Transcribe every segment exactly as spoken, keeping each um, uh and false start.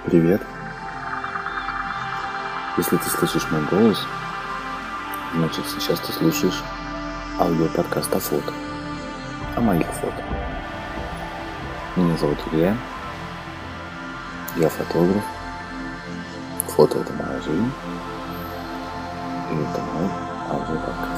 Привет. Если ты слышишь мой голос, значит сейчас ты слушаешь аудиоподкаст о фото, о моих фото. Меня зовут Илья, я фотограф. Фото — это моя жизнь, и это мой аудиоподкаст.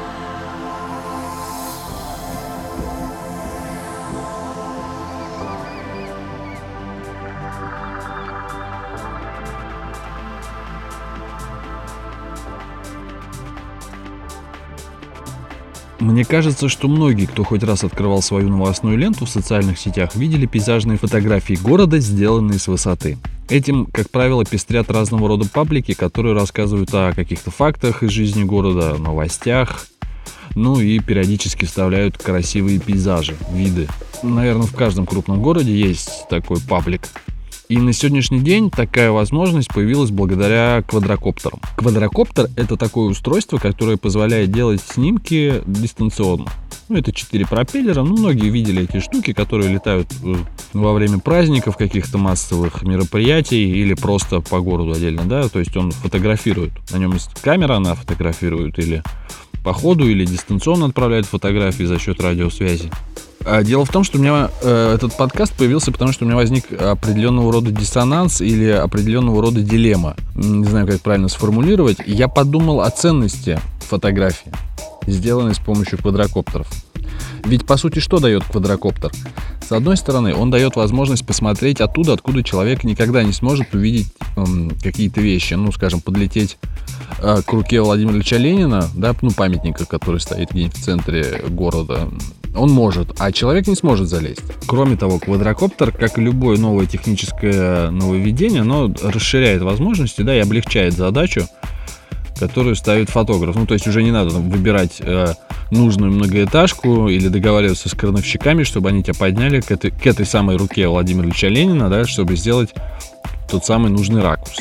Мне кажется, что многие, кто хоть раз открывал свою новостную ленту в социальных сетях, видели пейзажные фотографии города, сделанные с высоты. Этим, как правило, пестрят разного рода паблики, которые рассказывают о каких-то фактах из жизни города, новостях, ну и периодически вставляют красивые пейзажи, виды. Наверное, в каждом крупном городе есть такой паблик. И на сегодняшний день такая возможность появилась благодаря квадрокоптерам. Квадрокоптер — это такое устройство, которое позволяет делать снимки дистанционно. Ну, это четыре пропеллера. Ну, многие видели эти штуки, которые летают во время праздников, каких-то массовых мероприятий или просто по городу отдельно, да. То есть он фотографирует. На нем есть камера, она фотографирует или по ходу, или дистанционно отправляет фотографии за счет радиосвязи. Дело в том, что у меня э, этот подкаст появился, потому что у меня возник определенного рода диссонанс или определенного рода дилемма. Не знаю, как правильно сформулировать. Я подумал о ценности фотографии, сделанной с помощью квадрокоптеров. Ведь, по сути, что дает квадрокоптер? С одной стороны, он дает возможность посмотреть оттуда, откуда человек никогда не сможет увидеть э, какие-то вещи. Ну, скажем, подлететь э, к руке Владимира Ильича Ленина, да, ну, памятника, который стоит где-нибудь в центре города. Он может, а человек не сможет залезть. Кроме того, квадрокоптер, как и любое новое техническое нововведение, оно расширяет возможности, да, и облегчает задачу, которую ставит фотограф. Ну, то есть уже не надо там выбирать э, нужную многоэтажку или договариваться с крановщиками, чтобы они тебя подняли к этой, к этой самой руке Владимира Ильича Ленина, да, чтобы сделать тот самый нужный ракурс.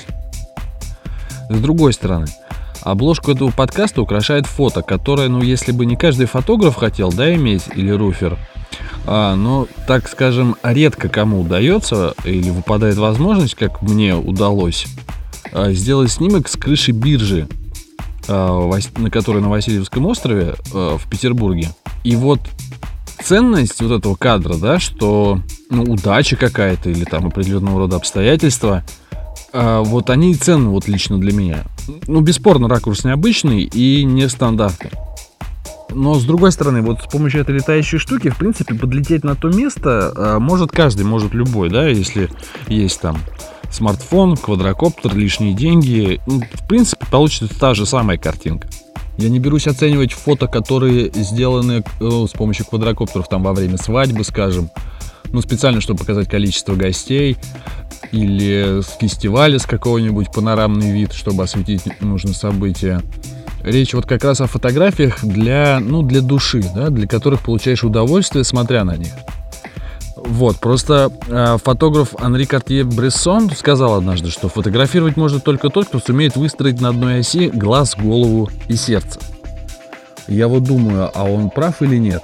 С другой стороны, обложку этого подкаста украшает фото, которое, ну, если бы не каждый фотограф хотел, да, иметь, или руфер, а, но, так скажем, редко кому удается или выпадает возможность, как мне удалось, а, сделать снимок с крыши биржи, а, на которой на Васильевском острове а, в Петербурге. И вот ценность вот этого кадра, да, что, ну, удача какая-то или там определенного рода обстоятельства, а, вот они и ценны вот лично для меня. Ну, бесспорно, ракурс необычный и нестандартный. Но, с другой стороны, вот с помощью этой летающей штуки, в принципе, подлететь на то место а, может каждый, может любой, да, если есть там смартфон, квадрокоптер, лишние деньги. Ну, в принципе, получится та же самая картинка. Я не берусь оценивать фото, которые сделаны ну, с помощью квадрокоптеров там во время свадьбы, скажем, ну, специально, чтобы показать количество гостей, или с фестиваля с какого-нибудь панорамный вид, чтобы осветить нужное событие. Речь вот как раз о фотографиях для, ну, для души, да, для которых получаешь удовольствие, смотря на них. Вот, просто э, фотограф Анри Картье-Брессон сказал однажды, что фотографировать может только тот, кто сумеет выстроить на одной оси глаз, голову и сердце. Я вот думаю, а он прав или нет?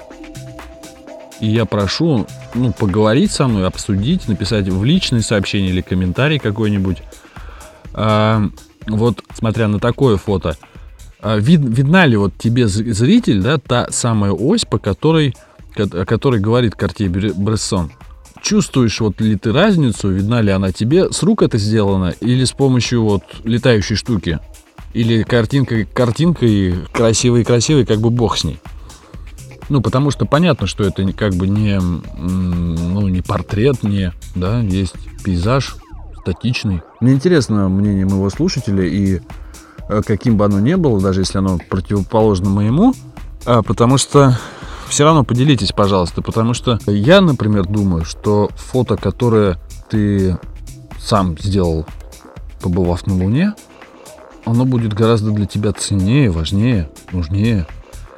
И я прошу, ну, поговорить со мной, обсудить, написать в личные сообщения или комментарий какой-нибудь. А, вот, смотря на такое фото, а, вид, видна ли вот тебе зритель, да, та самая ось, по которой, о которой говорит Картье-Брессон? Чувствуешь вот ли ты разницу, видна ли она тебе, с рук это сделано или с помощью вот летающей штуки? Или картинкой, картинкой красивой-красивой, как бы бог с ней? Ну, потому что понятно, что это как бы не, ну, не портрет, не, да, есть пейзаж статичный. Мне интересно мнение моего слушателя, и каким бы оно ни было, даже если оно противоположно моему, потому что все равно поделитесь, пожалуйста, потому что я, например, думаю, что фото, которое ты сам сделал, побывав на Луне, оно будет гораздо для тебя ценнее, важнее, нужнее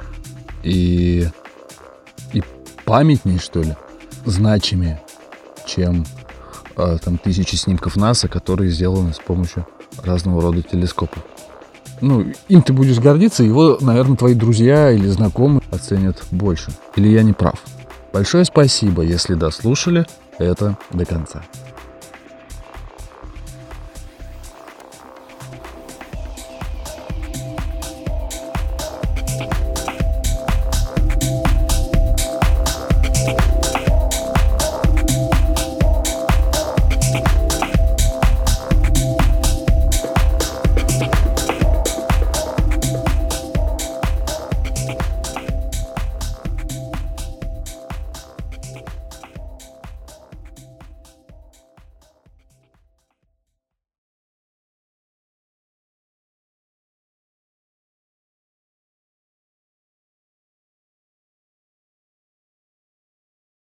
и, и памятнее, что ли, значимее, чем э, там тысячи снимков НАСА, которые сделаны с помощью разного рода телескопов. Ну, им ты будешь гордиться, его, наверное, твои друзья или знакомые оценят больше. Или я не прав? Большое спасибо, если дослушали это до конца.